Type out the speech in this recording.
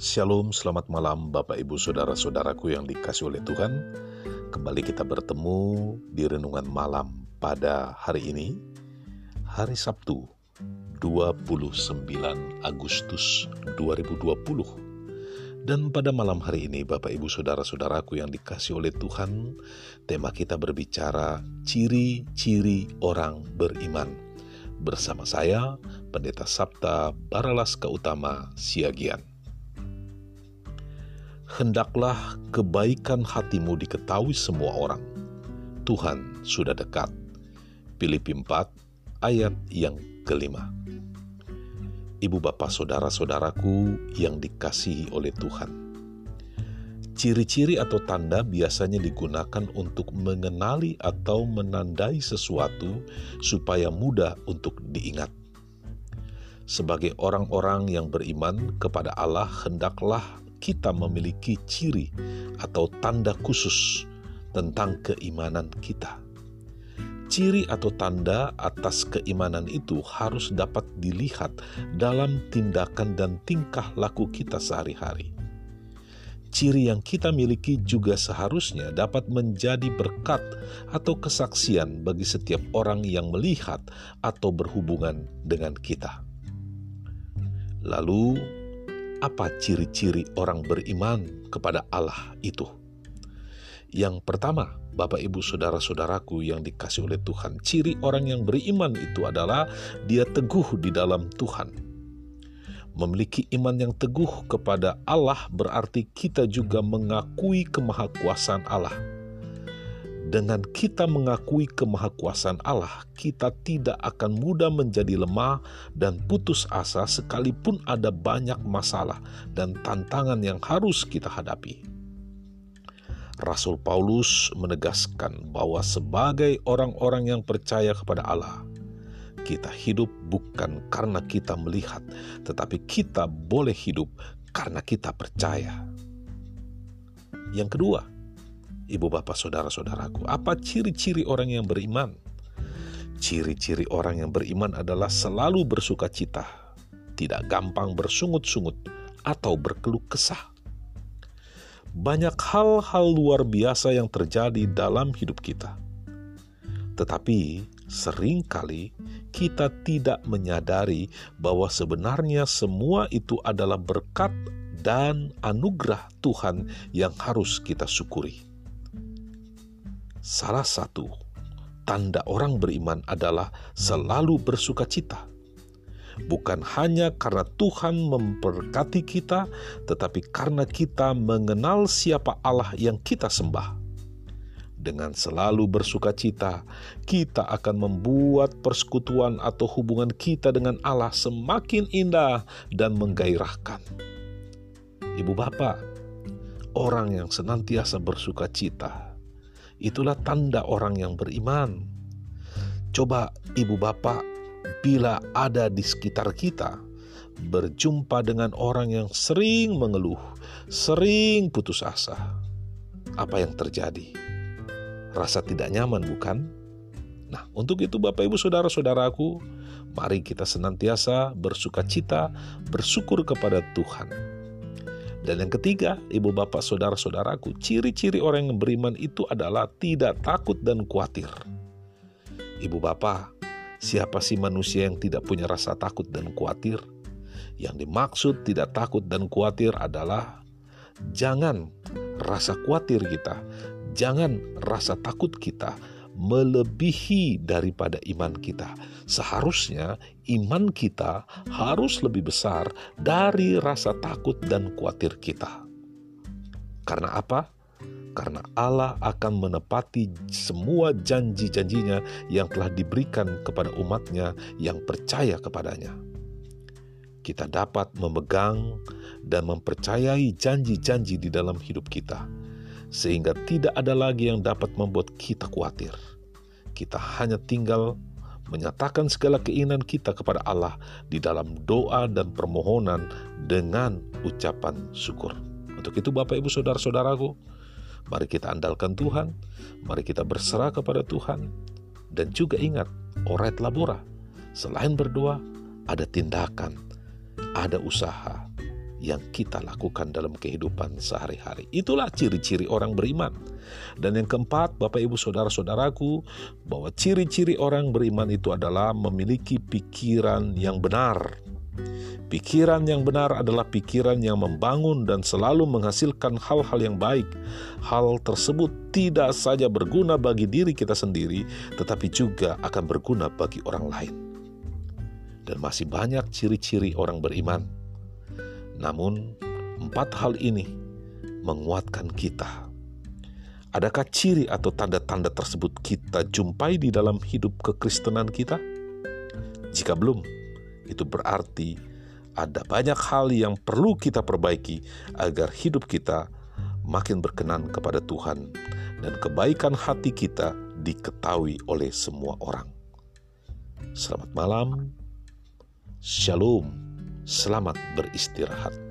Shalom, selamat malam Bapak Ibu Saudara-saudaraku yang dikasihi oleh Tuhan. Kembali kita bertemu di renungan malam pada hari ini, hari Sabtu 29 Agustus 2020. Dan pada malam hari ini Bapak Ibu Saudara-saudaraku yang dikasihi oleh Tuhan, tema kita berbicara ciri-ciri orang beriman. Bersama saya, Pendeta Sabta Baralaska Utama Siagian. Hendaklah kebaikan hatimu diketahui semua orang. Tuhan sudah dekat. Filipi 4 ayat yang kelima. Ibu bapak saudara-saudaraku yang dikasihi oleh Tuhan. Ciri-ciri atau tanda biasanya digunakan untuk mengenali atau menandai sesuatu supaya mudah untuk diingat. Sebagai orang-orang yang beriman kepada Allah, hendaklah kita memiliki ciri atau tanda khusus tentang keimanan kita. Ciri atau tanda atas keimanan itu harus dapat dilihat dalam tindakan dan tingkah laku kita sehari-hari. Ciri yang kita miliki juga seharusnya dapat menjadi berkat atau kesaksian bagi setiap orang yang melihat atau berhubungan dengan kita. Lalu, apa ciri-ciri orang beriman kepada Allah itu? Yang pertama, Bapak Ibu Saudara-saudaraku yang dikasihi oleh Tuhan, ciri orang yang beriman itu adalah dia teguh di dalam Tuhan. Memiliki iman yang teguh kepada Allah berarti kita juga mengakui kemahakuasaan Allah. Dengan kita mengakui kemahakuasaan Allah, kita tidak akan mudah menjadi lemah dan putus asa sekalipun ada banyak masalah dan tantangan yang harus kita hadapi. Rasul Paulus menegaskan bahwa sebagai orang-orang yang percaya kepada Allah, kita hidup bukan karena kita melihat, tetapi kita boleh hidup karena kita percaya. Yang kedua, Ibu bapak saudara-saudaraku, apa ciri-ciri orang yang beriman? Ciri-ciri orang yang beriman adalah selalu bersuka cita, tidak gampang bersungut-sungut atau berkeluh kesah. Banyak hal-hal luar biasa yang terjadi dalam hidup kita. Tetapi seringkali kita tidak menyadari bahwa sebenarnya semua itu adalah berkat dan anugerah Tuhan yang harus kita syukuri. Salah satu tanda orang beriman adalah selalu bersuka cita. Bukan hanya karena Tuhan memberkati kita, tetapi karena kita mengenal siapa Allah yang kita sembah. Dengan selalu bersuka cita, kita akan membuat persekutuan atau hubungan kita dengan Allah semakin indah dan menggairahkan. Ibu bapak, orang yang senantiasa bersuka cita, itulah tanda orang yang beriman. Coba ibu bapak, bila ada di sekitar kita, berjumpa dengan orang yang sering mengeluh, sering putus asa, apa yang terjadi? Rasa tidak nyaman, bukan? Nah, untuk itu Bapak Ibu Saudara-saudaraku, mari kita senantiasa bersuka cita, bersyukur kepada Tuhan. Dan yang ketiga, Ibu Bapak Saudara-saudaraku, ciri-ciri orang yang beriman itu adalah tidak takut dan khawatir. Ibu Bapak, siapa sih manusia yang tidak punya rasa takut dan khawatir? Yang dimaksud tidak takut dan khawatir adalah jangan rasa khawatir kita, jangan rasa takut kita melebihi daripada iman kita. Seharusnya iman kita harus lebih besar dari rasa takut dan khawatir kita. Karena apa? Karena Allah akan menepati semua janji-janjinya yang telah diberikan kepada umatnya yang percaya kepadanya. Kita dapat memegang dan mempercayai janji-janji di dalam hidup kita, sehingga tidak ada lagi yang dapat membuat kita khawatir. Kita hanya tinggal menyatakan segala keinginan kita kepada Allah di dalam doa dan permohonan dengan ucapan syukur. Untuk itu Bapak Ibu Saudara-saudaraku, mari kita andalkan Tuhan, mari kita berserah kepada Tuhan, dan juga ingat, oret labora, selain berdoa, ada tindakan, ada usaha, yang kita lakukan dalam kehidupan sehari-hari. Itulah ciri-ciri orang beriman. Dan yang keempat, Bapak Ibu Saudara-saudaraku, bahwa ciri-ciri orang beriman itu adalah memiliki pikiran yang benar. Pikiran yang benar adalah pikiran yang membangun dan selalu menghasilkan hal-hal yang baik. Hal tersebut tidak saja berguna bagi diri kita sendiri, tetapi juga akan berguna bagi orang lain. Dan masih banyak ciri-ciri orang beriman. Namun, 4 hal ini menguatkan kita. Adakah ciri atau tanda-tanda tersebut kita jumpai di dalam hidup kekristenan kita? Jika belum, itu berarti ada banyak hal yang perlu kita perbaiki agar hidup kita makin berkenan kepada Tuhan dan kebaikan hati kita diketahui oleh semua orang. Selamat malam, shalom, selamat beristirahat.